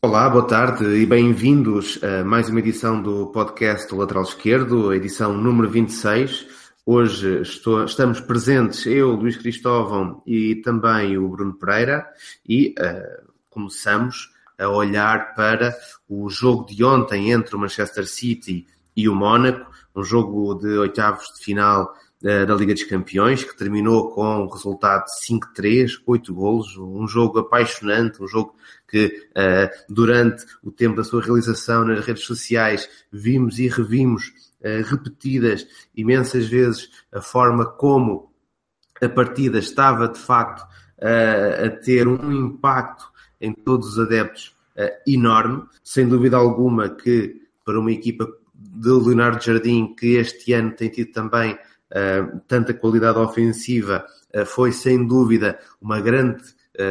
Olá, boa tarde e bem-vindos a mais uma edição do podcast do Lateral Esquerdo, a edição número 26. Hoje estamos presentes eu, Luís Cristóvão e também o Bruno Pereira e começamos a olhar para o jogo de ontem entre o Manchester City e o Mónaco, um jogo de oitavos de final da Liga dos Campeões, que terminou com o resultado de 5-3, 8 golos, um jogo apaixonante, um jogo que durante o tempo da sua realização nas redes sociais vimos e revimos repetidas imensas vezes a forma como a partida estava de facto a ter um impacto em todos os adeptos enorme, sem dúvida alguma que para uma equipa de Leonardo Jardim, que este ano tem tido também tanta qualidade ofensiva, foi sem dúvida uma grande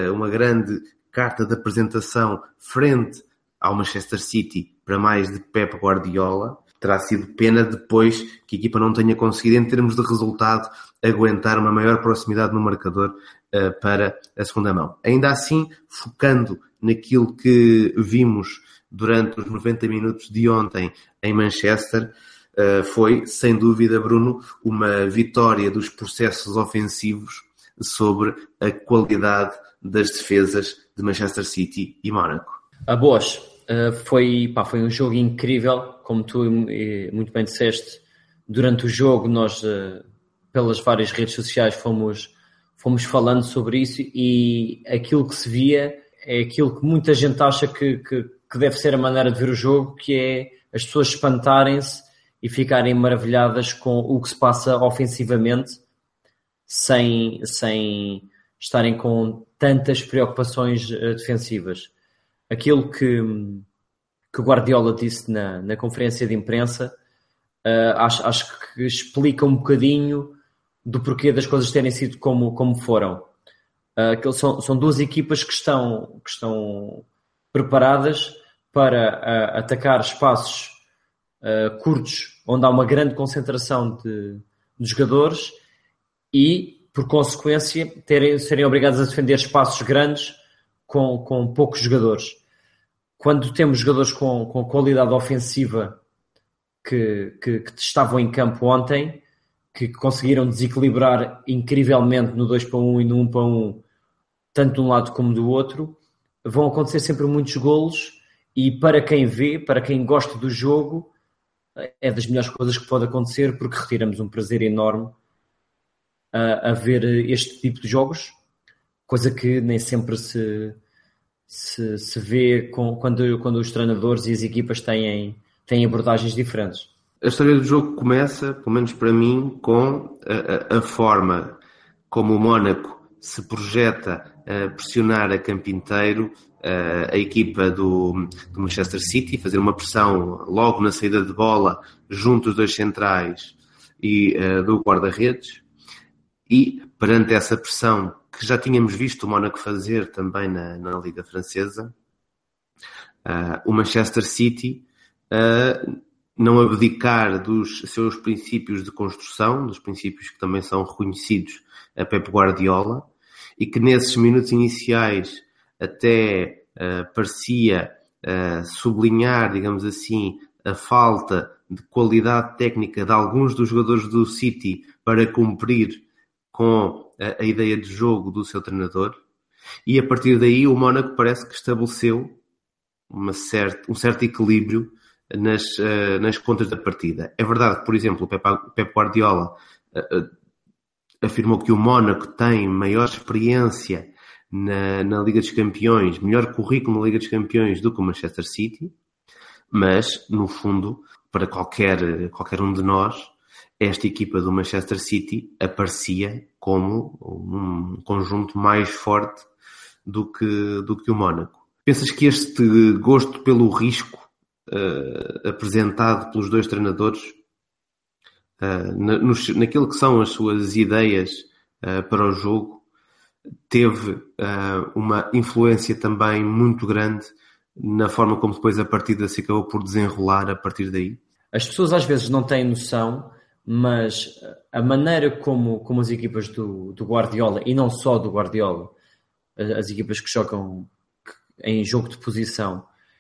carta de apresentação frente ao Manchester City para mais de Pep Guardiola. Terá sido pena depois que a equipa não tenha conseguido, em termos de resultado, aguentar uma maior proximidade no marcador para a segunda mão. Ainda assim, focando naquilo que vimos durante os 90 minutos de ontem em Manchester, foi, sem dúvida, Bruno, uma vitória dos processos ofensivos sobre a qualidade das defesas de Manchester City e Mónaco. Boas, foi um jogo incrível, como tu muito bem disseste. Durante o jogo nós, pelas várias redes sociais, fomos falando sobre isso, e aquilo que se via é aquilo que muita gente acha que deve ser a maneira de ver o jogo, que é as pessoas espantarem-se e ficarem maravilhadas com o que se passa ofensivamente, sem estarem com tantas preocupações defensivas. Aquilo que o Guardiola disse na conferência de imprensa, acho que explica um bocadinho do porquê das coisas terem sido como foram. São duas equipas que estão preparadas para atacar espaços curtos, onde há uma grande concentração de jogadores e, por consequência, serem obrigados a defender espaços grandes com poucos jogadores. Quando temos jogadores com qualidade ofensiva que estavam em campo ontem, que conseguiram desequilibrar incrivelmente no 2-1 e no 1-1, tanto de um lado como do outro, vão acontecer sempre muitos golos, e para quem vê, para quem gosta do jogo, é das melhores coisas que pode acontecer, porque retiramos um prazer enorme a ver este tipo de jogos, coisa que nem sempre se vê quando os treinadores e as equipas têm abordagens diferentes. A história do jogo começa, pelo menos para mim, com a forma como o Mónaco se projeta a pressionar a campo inteiro a equipa do Manchester City, fazer uma pressão logo na saída de bola junto dos dois centrais e do guarda-redes. E perante essa pressão que já tínhamos visto o Mónaco fazer também na Liga Francesa, o Manchester City não abdicar dos seus princípios de construção, dos princípios que também são reconhecidos a Pep Guardiola, e que nesses minutos iniciais até parecia sublinhar, digamos assim, a falta de qualidade técnica de alguns dos jogadores do City para cumprir com a ideia de jogo do seu treinador. E a partir daí o Mónaco parece que estabeleceu um certo equilíbrio nas contas da partida. É verdade que, por exemplo, o Pep Guardiola afirmou que o Mónaco tem maior experiência na Liga dos Campeões, melhor currículo na Liga dos Campeões do que o Manchester City, mas, no fundo, para qualquer um de nós, esta equipa do Manchester City aparecia como um conjunto mais forte do que o Mónaco. Pensas que este gosto pelo risco apresentado pelos dois treinadores, naquilo que são as suas ideias para o jogo, teve uma influência também muito grande na forma como depois a partida se acabou por desenrolar a partir daí? As pessoas às vezes não têm noção, mas a maneira como as equipas do Guardiola, e não só do Guardiola, as equipas que jogam em jogo de posição,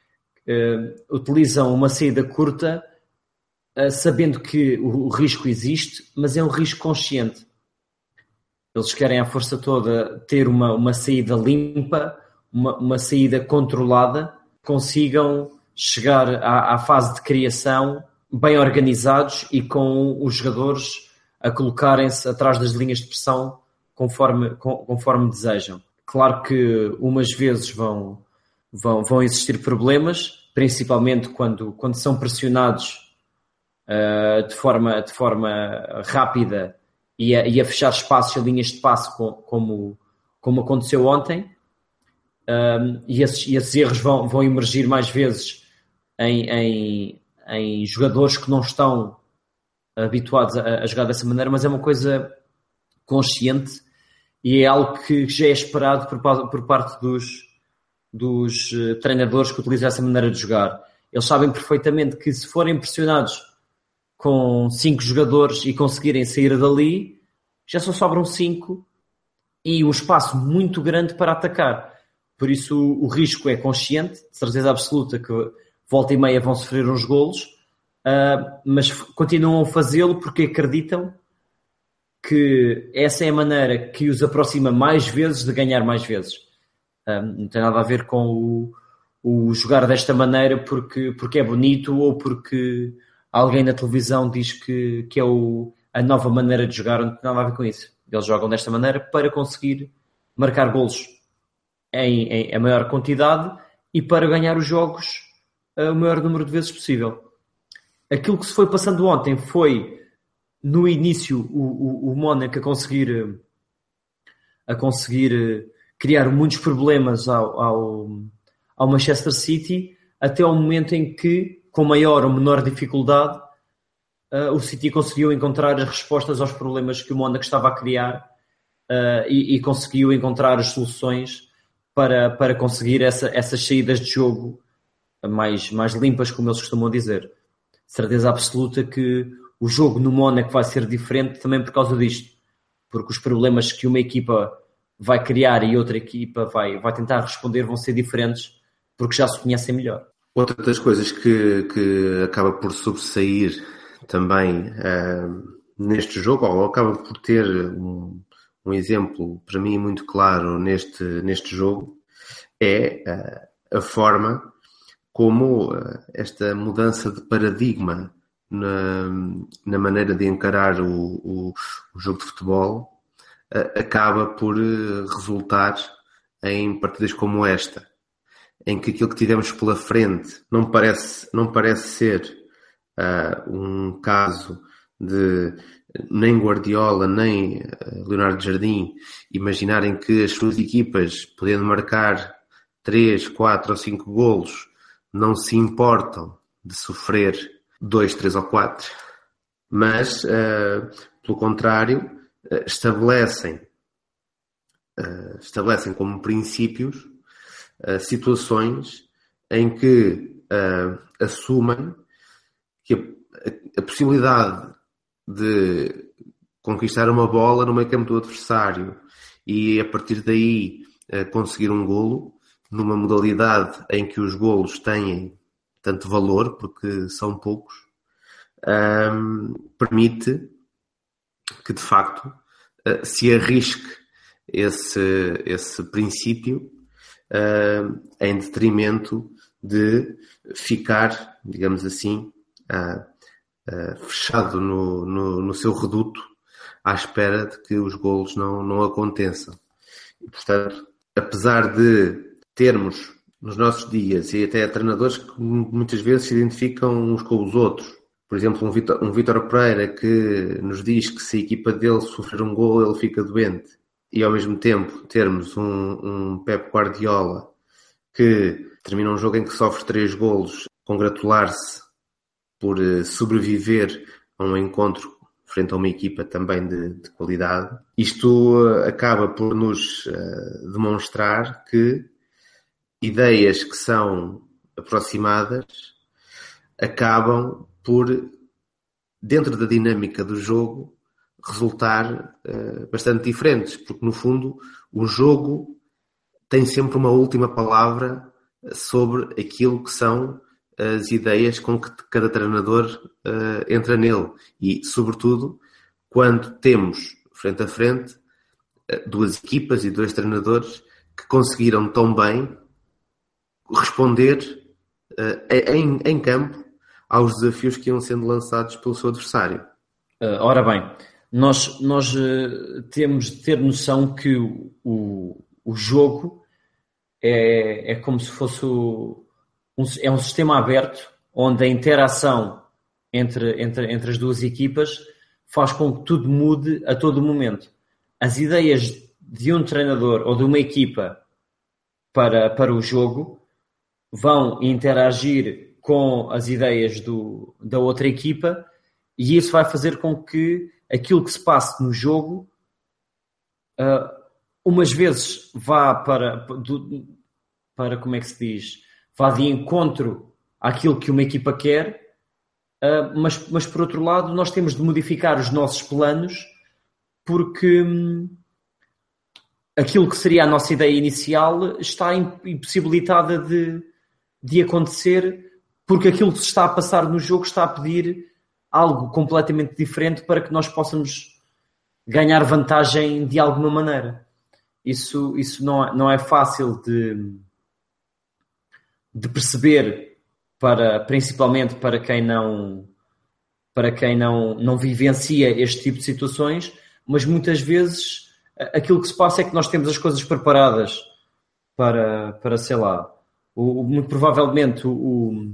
utilizam uma saída curta, sabendo que o risco existe, mas é um risco consciente. Eles querem à força toda ter uma saída limpa, uma saída controlada, consigam chegar à fase de criação bem organizados e com os jogadores a colocarem-se atrás das linhas de pressão conforme desejam. Claro que umas vezes vão existir problemas, principalmente quando são pressionados de forma rápida e a fechar espaços e linhas de passe como aconteceu ontem. E esses erros vão emergir mais vezes em jogadores que não estão habituados a jogar dessa maneira, mas é uma coisa consciente e é algo que já é esperado por parte dos treinadores que utilizam essa maneira de jogar. Eles sabem perfeitamente que se forem pressionados com 5 jogadores e conseguirem sair dali, já só sobram 5 e um espaço muito grande para atacar. Por isso o risco é consciente, de certeza absoluta que volta e meia vão sofrer uns golos, mas continuam a fazê-lo porque acreditam que essa é a maneira que os aproxima mais vezes de ganhar mais vezes. Não tem nada a ver com o jogar desta maneira porque é bonito ou porque alguém na televisão diz que é a nova maneira de jogar. Não tem nada a ver com isso. Eles jogam desta maneira para conseguir marcar golos em maior quantidade e para ganhar os jogos o maior número de vezes possível. Aquilo que se foi passando ontem foi, no início, o Mónaco a conseguir criar muitos problemas ao Manchester City, até ao momento em que, com maior ou menor dificuldade, o City conseguiu encontrar as respostas aos problemas que o Mónaco estava a criar e conseguiu encontrar as soluções para conseguir essas saídas de jogo mais limpas, como eles costumam dizer. Certeza absoluta que o jogo no Mónaco vai ser diferente também por causa disto, porque os problemas que uma equipa vai criar e outra equipa vai tentar responder vão ser diferentes porque já se conhecem melhor. Outra das coisas que acaba por sobressair também neste jogo, ou acaba por ter um exemplo para mim muito claro neste jogo, é a forma como esta mudança de paradigma na maneira de encarar o jogo de futebol acaba por resultar em partidas como esta, em que aquilo que tivemos pela frente não parece ser um caso de nem Guardiola nem Leonardo Jardim imaginarem que as suas equipas, podendo marcar 3, 4 ou 5 golos, não se importam de sofrer 2, 3 ou 4, mas, pelo contrário, estabelecem como princípios situações em que assumem que a possibilidade de conquistar uma bola no meio campo do adversário e a partir daí conseguir um golo numa modalidade em que os golos têm tanto valor, porque são poucos, permite que de facto se arrisque esse princípio em detrimento de ficar, digamos assim, fechado no seu reduto à espera de que os golos não aconteçam. E, portanto, apesar de termos nos nossos dias e até treinadores que muitas vezes se identificam uns com os outros, por exemplo, um Vítor Pereira que nos diz que se a equipa dele sofrer um golo ele fica doente, e ao mesmo tempo termos um Pep Guardiola que termina um jogo em que sofre 3 golos, congratular-se por sobreviver a um encontro frente a uma equipa também de qualidade. Isto acaba por nos demonstrar que ideias que são aproximadas acabam por, dentro da dinâmica do jogo, resultar bastante diferentes, porque no fundo o jogo tem sempre uma última palavra sobre aquilo que são as ideias com que cada treinador entra nele. E, sobretudo, quando temos, frente a frente, duas equipas e dois treinadores que conseguiram tão bem responder em campo aos desafios que iam sendo lançados pelo seu adversário. Ora bem, nós temos de ter noção que o jogo é como se fosse um sistema aberto, onde a interação entre as duas equipas faz com que tudo mude a todo momento. As ideias de um treinador ou de uma equipa para o jogo vão interagir com as ideias da outra equipa, e isso vai fazer com que aquilo que se passe no jogo umas vezes vá para como é que se diz, vá de encontro àquilo que uma equipa quer, mas por outro lado nós temos de modificar os nossos planos, porque aquilo que seria a nossa ideia inicial está impossibilitada de acontecer, porque aquilo que se está a passar no jogo está a pedir algo completamente diferente para que nós possamos ganhar vantagem de alguma maneira. Isso não é fácil de perceber, principalmente para quem não vivencia este tipo de situações, mas muitas vezes aquilo que se passa é que nós temos as coisas preparadas para sei lá, muito provavelmente o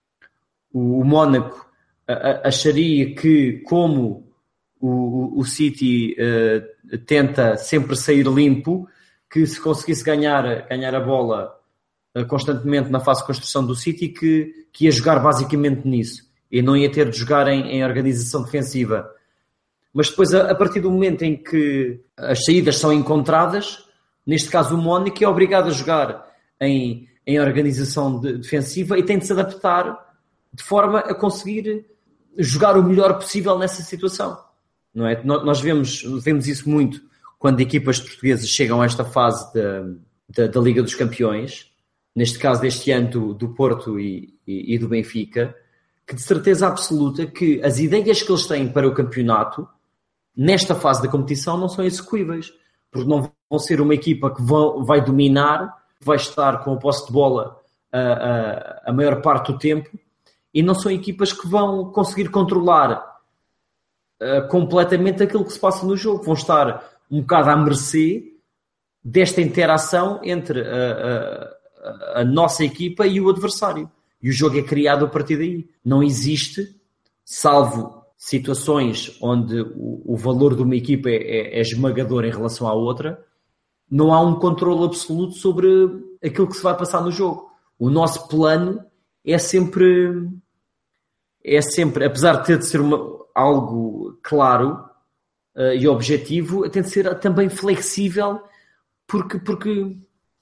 Mónaco acharia que, como o City tenta sempre sair limpo, que se conseguisse ganhar a bola constantemente na fase de construção do City, que ia jogar basicamente nisso e não ia ter de jogar em organização defensiva. Mas depois, a partir do momento em que as saídas são encontradas, neste caso o Mónaco é obrigado a jogar em organização defensiva e tem de se adaptar de forma a conseguir jogar o melhor possível nessa situação. Não é? Nós vemos isso muito quando equipas portuguesas chegam a esta fase da Liga dos Campeões, neste caso deste ano do Porto e do Benfica, que de certeza absoluta que as ideias que eles têm para o campeonato, nesta fase da competição, não são execuíveis, porque não vão ser uma equipa que vai dominar, vai estar com a posse de bola a maior parte do tempo, e não são equipas que vão conseguir controlar completamente aquilo que se passa no jogo. Vão estar um bocado à mercê desta interação entre a nossa equipa e o adversário. E o jogo é criado a partir daí. Não existe, salvo situações onde o valor de uma equipa é esmagador em relação à outra, não há um controle absoluto sobre aquilo que se vai passar no jogo. O nosso plano é sempre, apesar de ter de ser algo claro e objetivo, tem de ser também flexível, porque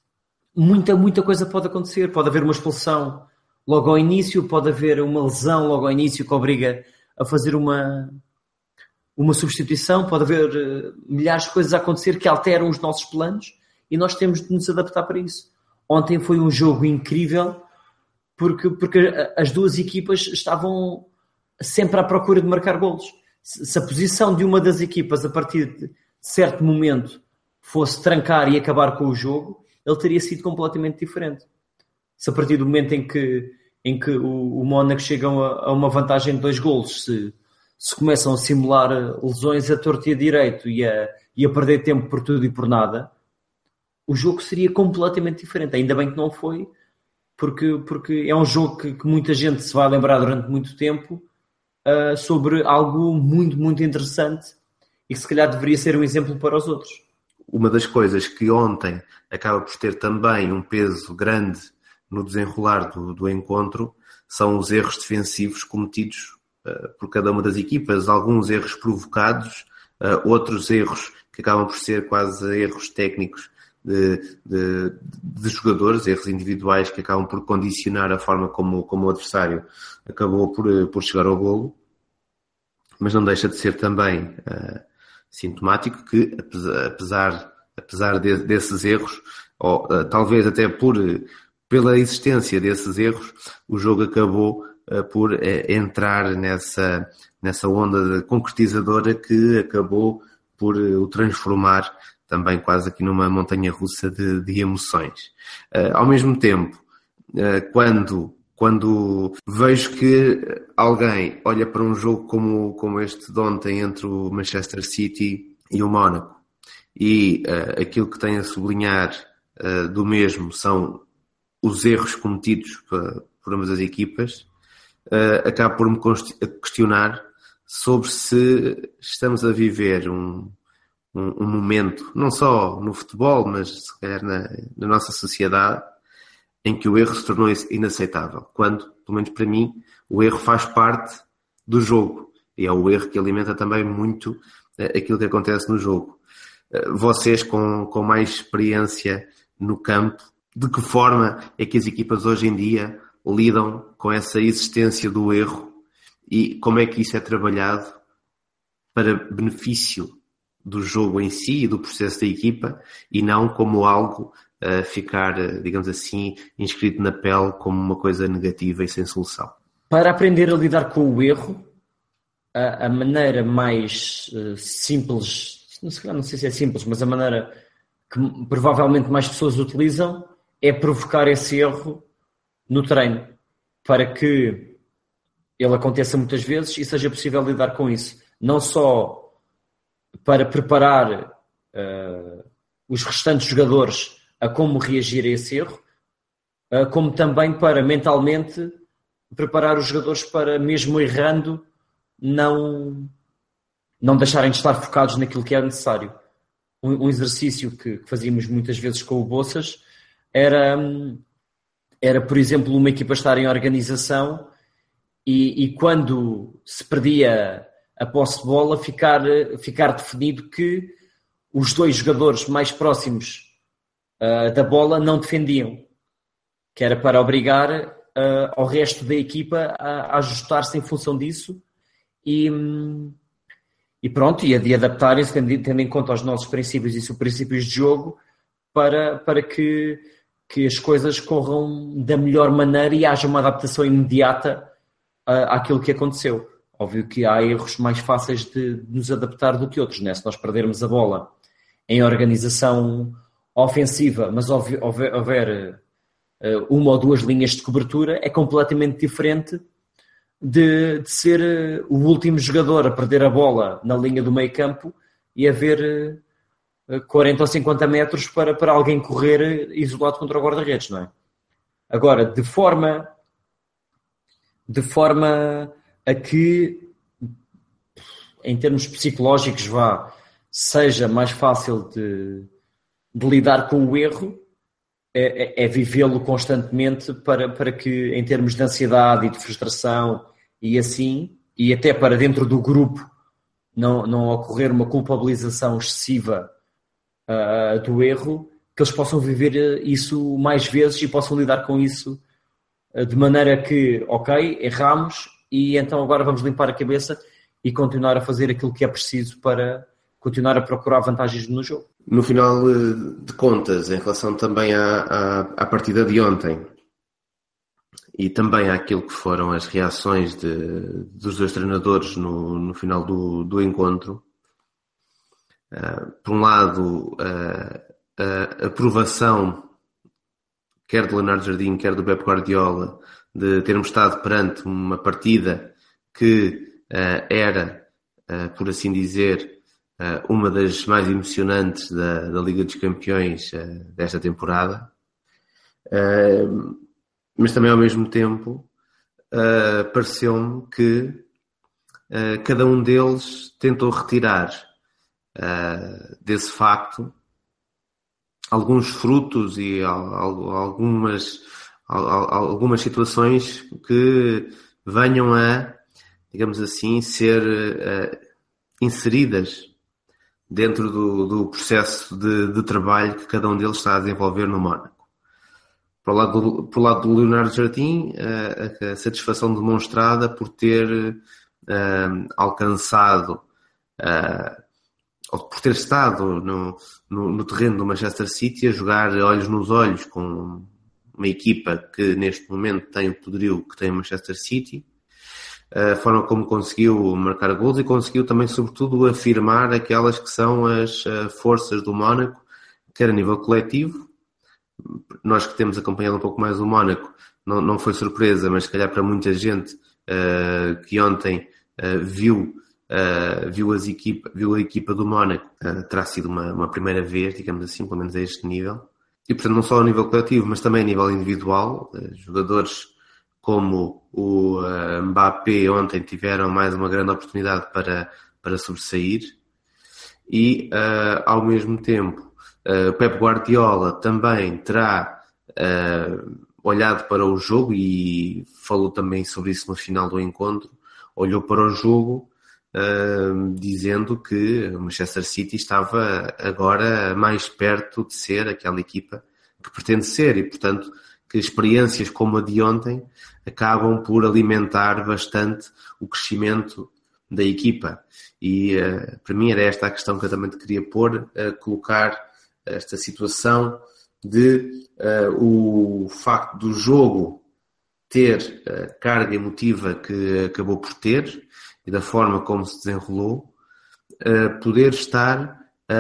muita coisa pode acontecer. Pode haver uma expulsão logo ao início, pode haver uma lesão logo ao início que obriga a fazer uma substituição, pode haver milhares de coisas a acontecer que alteram os nossos planos e nós temos de nos adaptar para isso. Ontem foi um jogo incrível porque as duas equipas estavam sempre à procura de marcar golos. Se a posição de uma das equipas a partir de certo momento fosse trancar e acabar com o jogo, ele teria sido completamente diferente. Se a partir do momento em que o Mónaco chega a uma vantagem de 2 golos, se começam a simular lesões a torto e a direito e a perder tempo por tudo e por nada, o jogo seria completamente diferente. Ainda bem que não foi, porque é um jogo que muita gente se vai lembrar durante muito tempo, sobre algo muito, muito interessante e que se calhar deveria ser um exemplo para os outros. Uma das coisas que ontem acaba por ter também um peso grande no desenrolar do encontro são os erros defensivos cometidos por cada uma das equipas, alguns erros provocados, outros erros que acabam por ser quase erros técnicos de jogadores, erros individuais que acabam por condicionar a forma como o adversário acabou por chegar ao golo, mas não deixa de ser também sintomático que, apesar desses erros, ou talvez até por pela existência desses erros, o jogo acabou por entrar nessa onda concretizadora que acabou por o transformar também quase aqui numa montanha-russa de emoções. Ao mesmo tempo, quando vejo que alguém olha para um jogo como este de ontem entre o Manchester City e o Mónaco e aquilo que tem a sublinhar do mesmo são os erros cometidos por ambas as equipas, acabo por me questionar sobre se estamos a viver um momento, não só no futebol, mas se calhar na nossa sociedade, em que o erro se tornou inaceitável. Quando, pelo menos para mim, o erro faz parte do jogo. E é o erro que alimenta também muito aquilo que acontece no jogo. Vocês, com mais experiência no campo, de que forma é que as equipas hoje em dia lidam com essa existência do erro e como é que isso é trabalhado para benefício do jogo em si e do processo da equipa e não como algo a ficar, digamos assim, inscrito na pele como uma coisa negativa e sem solução? Para aprender a lidar com o erro, a maneira mais simples, não sei se é simples, mas a maneira que provavelmente mais pessoas utilizam é provocar esse erro no treino, para que ele aconteça muitas vezes e seja possível lidar com isso. Não só para preparar os restantes jogadores a como reagir a esse erro, como também para mentalmente preparar os jogadores para, mesmo errando, não deixarem de estar focados naquilo que é necessário. Um exercício que fazíamos muitas vezes com o Boças era, por exemplo, uma equipa estar em organização e quando se perdia a posse de bola, ficar definido que os dois jogadores mais próximos da bola não defendiam, que era para obrigar ao resto da equipa a ajustar-se em função disso e pronto, e a de adaptarem-se tendo em conta os nossos princípios e princípios de jogo para que as coisas corram da melhor maneira e haja uma adaptação imediata àquilo que aconteceu. Óbvio que há erros mais fáceis de nos adaptar do que outros, né? Se nós perdermos a bola em organização ofensiva, mas houver uma ou duas linhas de cobertura, é completamente diferente de ser o último jogador a perder a bola na linha do meio campo e haver 40 ou 50 metros para alguém correr isolado contra o guarda-redes, não é? Agora, de forma a que, em termos psicológicos, seja mais fácil de lidar com o erro, é vivê-lo constantemente para que, em termos de ansiedade e de frustração e assim, e até para dentro do grupo não ocorrer uma culpabilização excessiva do erro, que eles possam viver isso mais vezes e possam lidar com isso de maneira que, ok, erramos e então agora vamos limpar a cabeça e continuar a fazer aquilo que é preciso para continuar a procurar vantagens no jogo. No final de contas, em relação também à partida de ontem e também àquilo que foram as reações dos dois treinadores no final do encontro, por um lado, a aprovação quer de Leonardo Jardim, quer do Pep Guardiola, de termos estado perante uma partida que era, por assim dizer, uma das mais emocionantes da Liga dos Campeões desta temporada, mas também ao mesmo tempo pareceu-me que cada um deles tentou retirar desse facto alguns frutos e algumas situações que venham a, digamos assim, ser inseridas dentro do processo de trabalho que cada um deles está a desenvolver no Mónaco. Por lado do Leonardo Jardim, a satisfação demonstrada por ter alcançado, ou por ter estado no terreno do Manchester City a jogar olhos nos olhos com uma equipa que neste momento tem o poderio que tem o Manchester City, a forma como conseguiu marcar gols e conseguiu também, sobretudo, afirmar aquelas que são as forças do Mónaco, quer a nível coletivo. Nós que temos acompanhado um pouco mais o Mónaco, não foi surpresa, mas se calhar para muita gente que ontem viu a equipa do Mónaco, terá sido uma primeira vez, digamos assim, pelo menos a este nível. E, portanto, não só a nível coletivo, mas também a nível individual. Jogadores como o Mbappé ontem tiveram mais uma grande oportunidade para sobressair. E, ao mesmo tempo, o Pep Guardiola também terá olhado para o jogo e falou também sobre isso no final do encontro. Olhou para o jogo dizendo que o Manchester City estava agora mais perto de ser aquela equipa que pretende ser e, portanto, que experiências como a de ontem acabam por alimentar bastante o crescimento da equipa. E para mim era esta a questão que eu também te queria pôr, colocar esta situação de o facto do jogo ter a carga emotiva que acabou por ter e da forma como se desenrolou, poder estar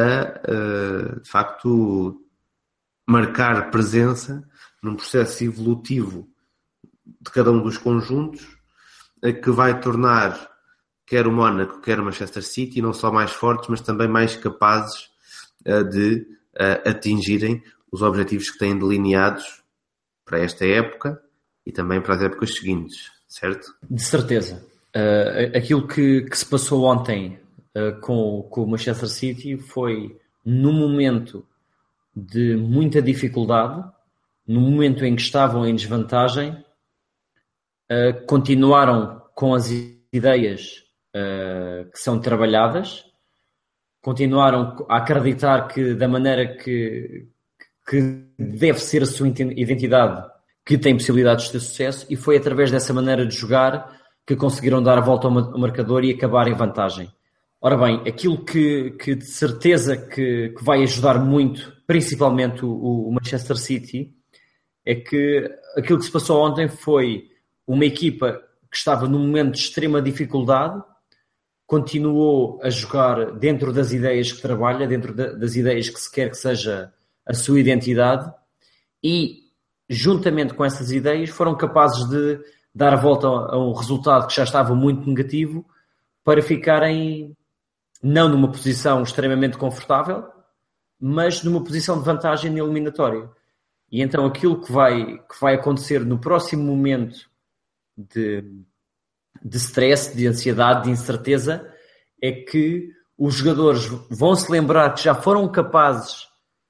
de facto, marcar presença num processo evolutivo de cada um dos conjuntos, que vai tornar quer o Mónaco, quer o Manchester City, não só mais fortes, mas também mais capazes de atingirem os objetivos que têm delineados para esta época e também para as épocas seguintes, certo? De certeza. Aquilo que se passou ontem com o Manchester City foi num momento de muita dificuldade, no momento em que estavam em desvantagem, continuaram com as ideias que são trabalhadas, continuaram a acreditar que da maneira que deve ser a sua identidade, que tem possibilidades de ter sucesso, e foi através dessa maneira de jogar que conseguiram dar a volta ao marcador e acabar em vantagem. Ora bem, aquilo que de certeza que vai ajudar muito, principalmente o Manchester City, é que aquilo que se passou ontem foi uma equipa que estava num momento de extrema dificuldade, continuou a jogar dentro das ideias que trabalha, dentro das ideias que se quer que seja a sua identidade, e juntamente com essas ideias foram capazes de dar a volta a um resultado que já estava muito negativo para ficarem não numa posição extremamente confortável, mas numa posição de vantagem na eliminatória. E então aquilo que vai acontecer no próximo momento de stress, de ansiedade, de incerteza, é que os jogadores vão se lembrar que já foram capazes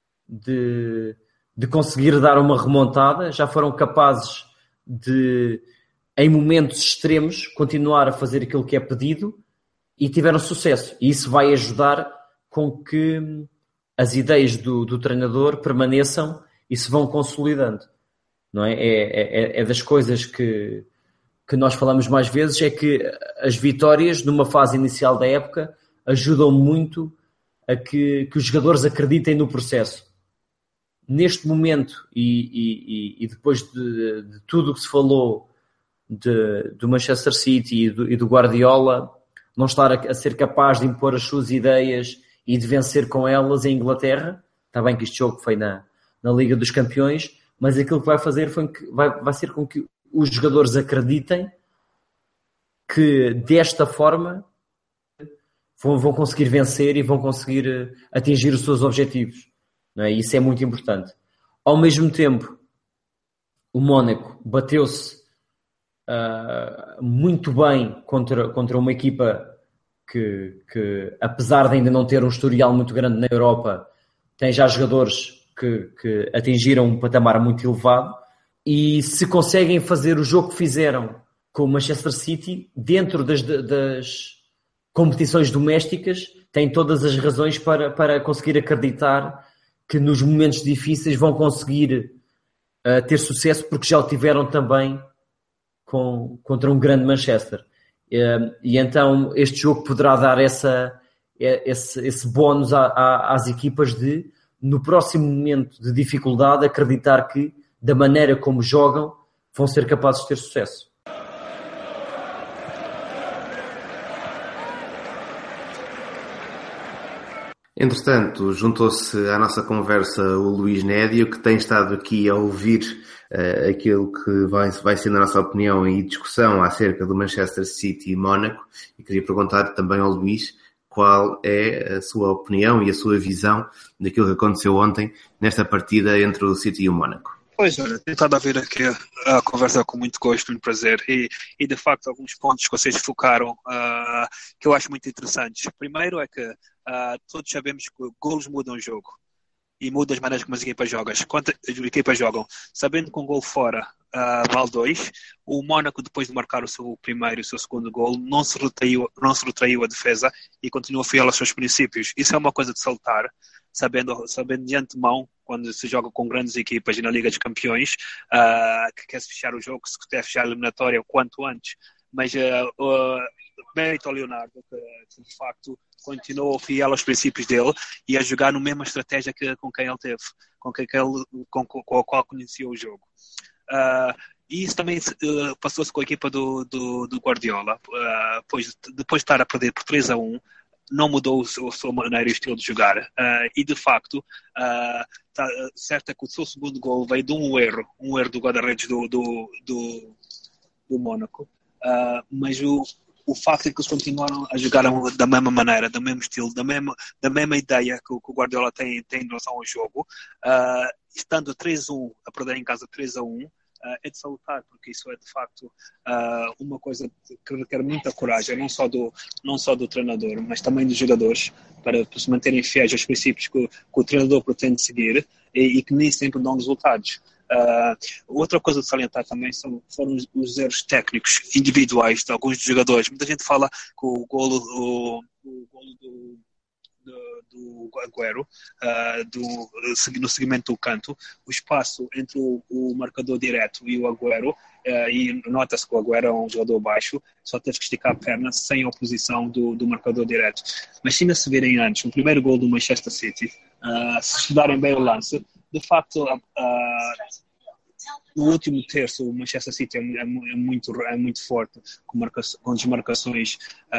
de conseguir dar uma remontada, já foram capazes de, em momentos extremos, continuar a fazer aquilo que é pedido e tiveram sucesso. E isso vai ajudar com que as ideias do treinador permaneçam e se vão consolidando. Não é? É das coisas que nós falamos mais vezes, é que as vitórias numa fase inicial da época ajudam muito a que os jogadores acreditem no processo. Neste momento e depois de tudo o que se falou do Manchester City e do Guardiola, não estar a ser capaz de impor as suas ideias e de vencer com elas em Inglaterra, está bem que este jogo foi na Liga dos Campeões, mas aquilo que vai fazer vai ser com que os jogadores acreditem que desta forma vão conseguir vencer e vão conseguir atingir os seus objetivos. Não é? Isso é muito importante. Ao mesmo tempo, o Mónaco bateu-se muito bem contra uma equipa que, apesar de ainda não ter um historial muito grande na Europa, tem já jogadores que atingiram um patamar muito elevado, e se conseguem fazer o jogo que fizeram com o Manchester City dentro das competições domésticas, têm todas as razões para conseguir acreditar que nos momentos difíceis vão conseguir ter sucesso, porque já o tiveram também contra um grande Manchester. E então este jogo poderá dar esse bónus às equipas de, no próximo momento de dificuldade, acreditar que da maneira como jogam, vão ser capazes de ter sucesso. Entretanto, juntou-se à nossa conversa o Luís Nédio, que tem estado aqui a ouvir aquilo que vai ser, na nossa opinião e discussão acerca do Manchester City e Mónaco, e queria perguntar também ao Luís qual é a sua opinião e a sua visão daquilo que aconteceu ontem nesta partida entre o City e o Mónaco. Pois, olha, tenho estado a ver aqui a conversa com muito gosto, muito prazer e de facto alguns pontos que vocês focaram que eu acho muito interessantes. Primeiro é que todos sabemos que golos mudam o jogo e mudam as maneiras como as equipas jogam. Quando as equipas jogam, sabendo que um gol fora vale 2, o Mónaco, depois de marcar o seu primeiro e o seu segundo gol, não se retraiu a defesa e continuou fiel aos seus princípios. Isso é uma coisa de saltar, sabendo de antemão, quando se joga com grandes equipas e na Liga dos Campeões, que quer-se fechar o jogo, que se quer fechar a eliminatória o quanto antes. Mas mérito ao Leonardo, que de facto continuou fiel aos princípios dele e a jogar na mesma estratégia com quem ele teve, com a qual conhecia o jogo. E isso também passou-se com a equipa do Guardiola. Depois de estar a perder por 3-1, não mudou a sua maneira e o estilo de jogar. E de facto, certo é que o seu segundo gol veio de um erro do guarda-redes do Mónaco. Mas o facto é que eles continuaram a jogar da mesma maneira, do mesmo estilo, da mesma ideia que o Guardiola tem em relação ao jogo, estando 3-1, a perder em casa 3-1, é de salutar, porque isso é de facto uma coisa que requer muita coragem, não só do treinador, mas também dos jogadores, para se manterem fiéis aos princípios que o treinador pretende seguir e que nem sempre dão resultados. Outra coisa de salientar também foram os erros técnicos individuais de alguns dos jogadores. Muita gente fala que o golo do Agüero, no segmento do canto, o espaço entre o marcador direto e o Agüero, e nota-se que o Agüero é um jogador baixo, só teve que esticar a perna sem oposição do marcador direto. Mas se ainda se virem antes, o primeiro gol do Manchester City, se estudarem bem o lance, de facto, no último terço, o Manchester City é muito forte, com desmarcações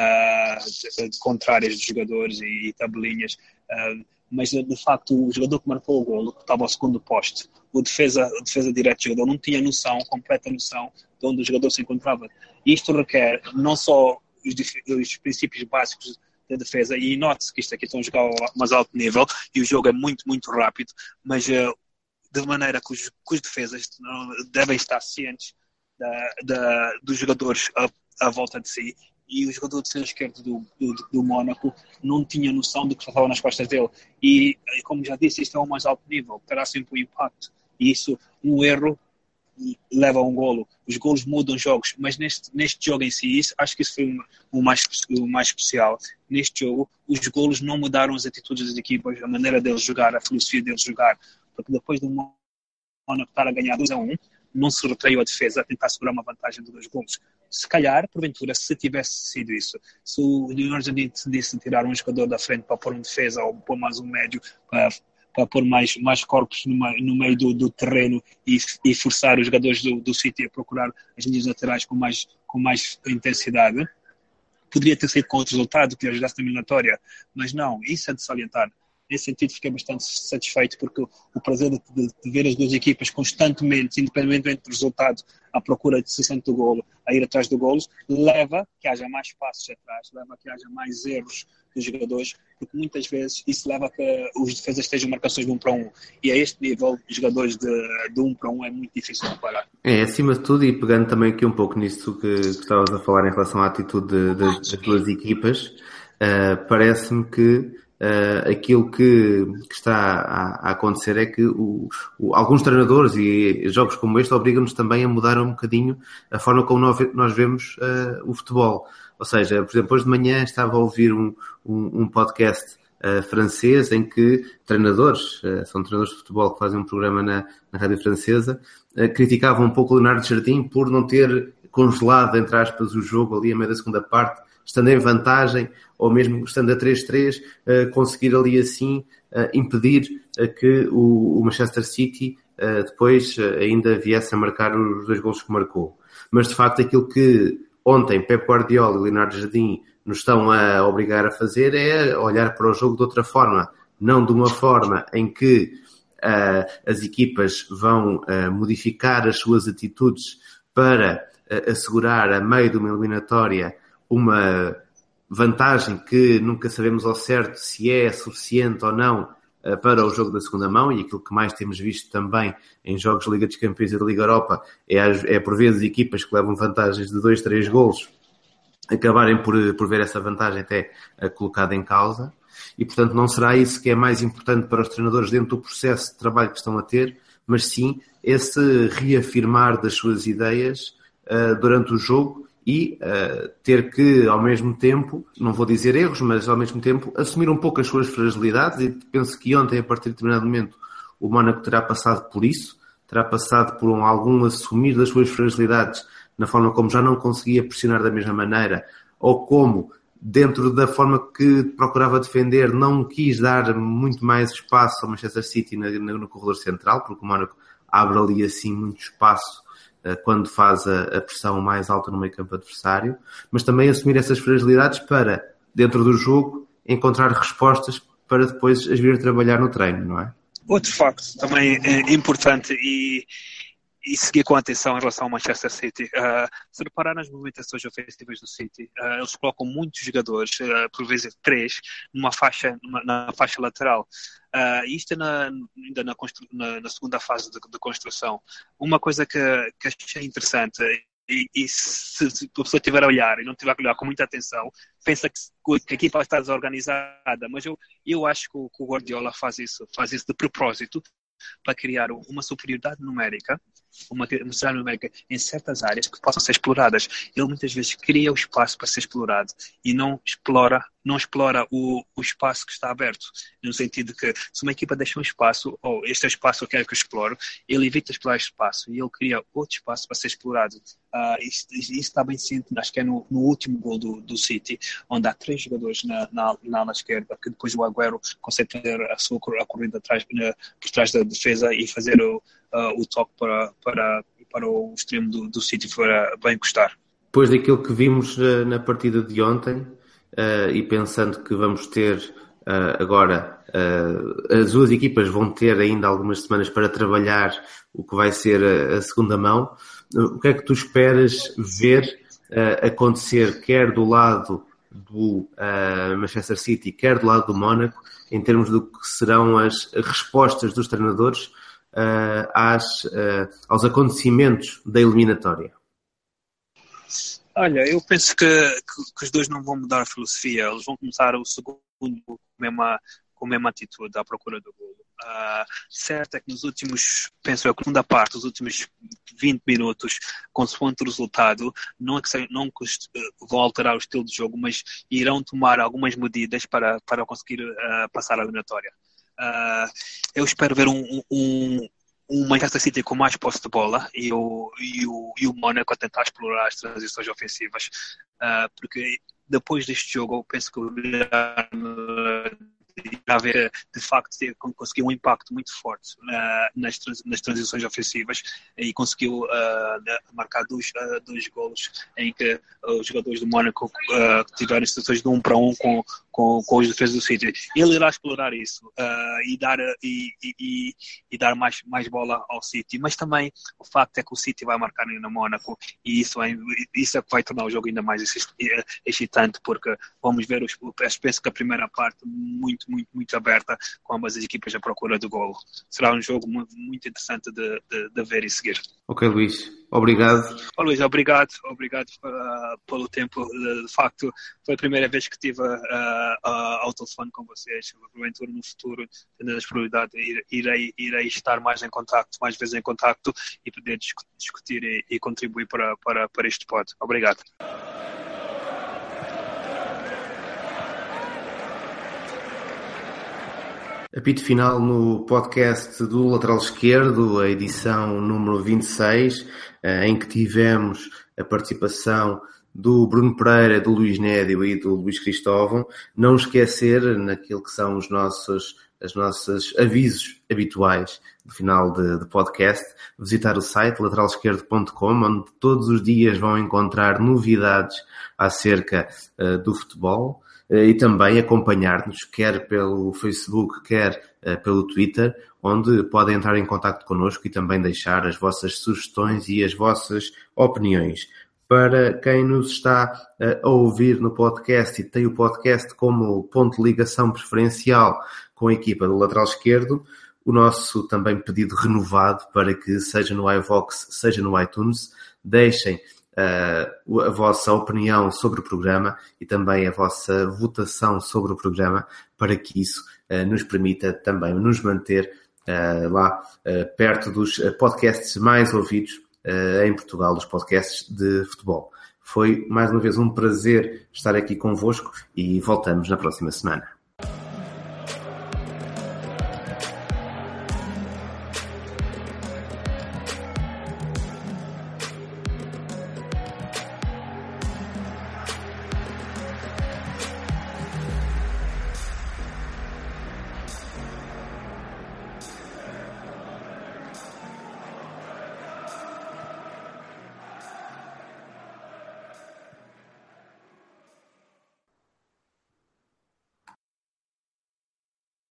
contrárias dos jogadores e tabelinhas. Mas, de facto, o jogador que marcou o golo, que estava ao segundo poste, o defesa direto do jogador, não tinha completa noção de onde o jogador se encontrava. Isto requer não só os princípios básicos da defesa, e note-se que isto aqui estão a jogar ao mais alto nível, e o jogo é muito, muito rápido, mas de maneira que os defesas devem estar cientes dos jogadores à volta de si, e o jogador de defesa esquerdo do Mónaco não tinha noção do que estava nas costas dele, e como já disse, isto é o mais alto nível, terá sempre um impacto, e isso, um erro leva a um golo. Os golos mudam jogos, mas neste jogo em si, acho que isso foi o mais especial. Neste jogo, os golos não mudaram as atitudes das equipas, a maneira deles jogar, a filosofia deles jogar, porque depois do Mónaco estar a ganhar 2-1, não se retraiu a defesa a tentar segurar uma vantagem de 2 golos. Se calhar, porventura, se tivesse sido isso, se o Leonardo decidisse tirar um jogador da frente para pôr um defesa ou pôr mais um médio para pôr mais corpos no meio do terreno e forçar os jogadores do City a procurar as linhas laterais com mais intensidade, poderia ter sido com outro resultado que lhe ajudasse na eliminatória, mas não, isso é de salientar. Nesse sentido, fiquei bastante satisfeito, porque o prazer de ver as duas equipas constantemente, independentemente do resultado, à procura de 60 do golo, a ir atrás do golo, leva que haja mais passos atrás, leva que haja mais erros dos jogadores, porque muitas vezes isso leva a que os defesas estejam marcações de 1 para 1. E a este nível, os jogadores de 1 para 1 é muito difícil de parar. Acima de tudo, e pegando também aqui um pouco nisso que estavas a falar em relação à atitude das duas equipas, parece-me que aquilo que está a acontecer é que alguns treinadores e jogos como este obrigam-nos também a mudar um bocadinho a forma como nós vemos o futebol. Ou seja, por exemplo, hoje de manhã estava a ouvir um podcast francês em que treinadores, são treinadores de futebol que fazem um programa na rádio francesa, criticavam um pouco o Leonardo Jardim por não ter congelado, entre aspas, o jogo ali a meio da segunda parte, estando em vantagem, ou mesmo estando a 3-3, conseguir ali assim impedir que o Manchester City depois ainda viesse a marcar os 2 golos que marcou. Mas, de facto, aquilo que ontem Pep Guardiola e Leonardo Jardim nos estão a obrigar a fazer é olhar para o jogo de outra forma, não de uma forma em que as equipas vão modificar as suas atitudes para assegurar a meio de uma eliminatória uma vantagem que nunca sabemos ao certo se é suficiente ou não para o jogo da segunda mão, e aquilo que mais temos visto também em jogos de Liga dos Campeões e da Liga Europa é por vezes equipas que levam vantagens de 2, 3 golos acabarem por ver essa vantagem até colocada em causa, e portanto não será isso que é mais importante para os treinadores dentro do processo de trabalho que estão a ter, mas sim esse reafirmar das suas ideias durante o jogo e ter que, ao mesmo tempo, não vou dizer erros, mas ao mesmo tempo assumir um pouco as suas fragilidades, e penso que ontem, a partir de determinado momento, o Mónaco terá passado por isso, terá passado por algum assumir das suas fragilidades na forma como já não conseguia pressionar da mesma maneira, ou como, dentro da forma que procurava defender, não quis dar muito mais espaço ao Manchester City no corredor central, porque o Mónaco abre ali assim muito espaço quando faz a pressão mais alta no meio campo adversário, mas também assumir essas fragilidades para, dentro do jogo, encontrar respostas para depois as vir a trabalhar no treino, não é? Outro facto também importante e seguir com atenção em relação ao Manchester City. Se reparar nas movimentações ofensivas do City, eles colocam muitos jogadores, por vezes 3, na faixa lateral. Isto ainda na segunda fase de construção. Uma coisa que achei interessante, e se a pessoa estiver a olhar e não estiver a olhar com muita atenção, pensa que a equipa está desorganizada, mas eu acho que o Guardiola faz isso de propósito, para criar uma superioridade numérica, em certas áreas que possam ser exploradas. Ele muitas vezes cria o espaço para ser explorado e não explora o espaço que está aberto, no sentido de que se uma equipa deixa um espaço, ou este é o espaço que eu quero que eu exploro, ele evita explorar este espaço e ele cria outro espaço para ser explorado. Isso está bem ciente, acho que é no último gol do City, onde há 3 jogadores na ala esquerda, que depois o Agüero consegue fazer a corrida por trás da defesa e fazer o toque para o extremo do City para bem encostar. Depois daquilo que vimos na partida de ontem, e pensando que vamos ter agora, as duas equipas vão ter ainda algumas semanas para trabalhar o que vai ser a segunda mão, o que é que tu esperas ver acontecer, quer do lado do Manchester City, quer do lado do Mónaco, em termos do que serão as respostas dos treinadores aos acontecimentos da eliminatória? Olha, eu penso que os dois não vão mudar a filosofia. Eles vão começar o segundo com a mesma atitude à procura do golo. Certo é que nos últimos, penso eu, segunda parte, os últimos 20 minutos, consoante o resultado, não é que vão alterar o estilo de jogo, mas irão tomar algumas medidas para conseguir passar a eliminatória. Eu espero ver um Manchester City com mais posse de bola e o Mónaco a tentar explorar as transições ofensivas, porque depois deste jogo eu penso que o haver de facto conseguiu um impacto muito forte nas transições ofensivas e conseguiu marcar dois golos em que os jogadores do Mónaco tiveram situações de 1 para 1 com os defesas do City. Ele irá explorar isso e dar mais bola ao City, mas também o facto é que o City vai marcar no Mónaco e isso é que vai tornar o jogo ainda mais excitante, porque vamos ver, penso que a primeira parte muito aberta, com ambas as equipas à procura do golo. Será um jogo muito interessante de ver e seguir. Ok, Luís. Obrigado. Luís, obrigado pelo tempo. De facto, foi a primeira vez que estive ao telefone com vocês. Porventura, no futuro, tendo a disponibilidade, irei estar mais vezes em contacto e poder discutir e contribuir para este pod. Obrigado. Apito final no podcast do Lateral Esquerdo, a edição número 26, em que tivemos a participação do Bruno Pereira, do Luís Nédio e do Luís Cristóvão. Não esquecer naquilo que são os nossos os nossos avisos habituais do final de podcast, visitar o site lateralesquerdo.com, onde todos os dias vão encontrar novidades acerca do futebol, e também acompanhar-nos, quer pelo Facebook, quer pelo Twitter, onde podem entrar em contacto connosco e também deixar as vossas sugestões e as vossas opiniões. Para quem nos está a ouvir no podcast e tem o podcast como ponto de ligação preferencial com a equipa do lateral esquerdo, o nosso também pedido renovado para que, seja no iVox, seja no iTunes, deixem a vossa opinião sobre o programa e também a vossa votação sobre o programa, para que isso nos permita também nos manter lá perto dos podcasts mais ouvidos em Portugal, dos podcasts de futebol. Foi mais uma vez um prazer estar aqui convosco e voltamos na próxima semana.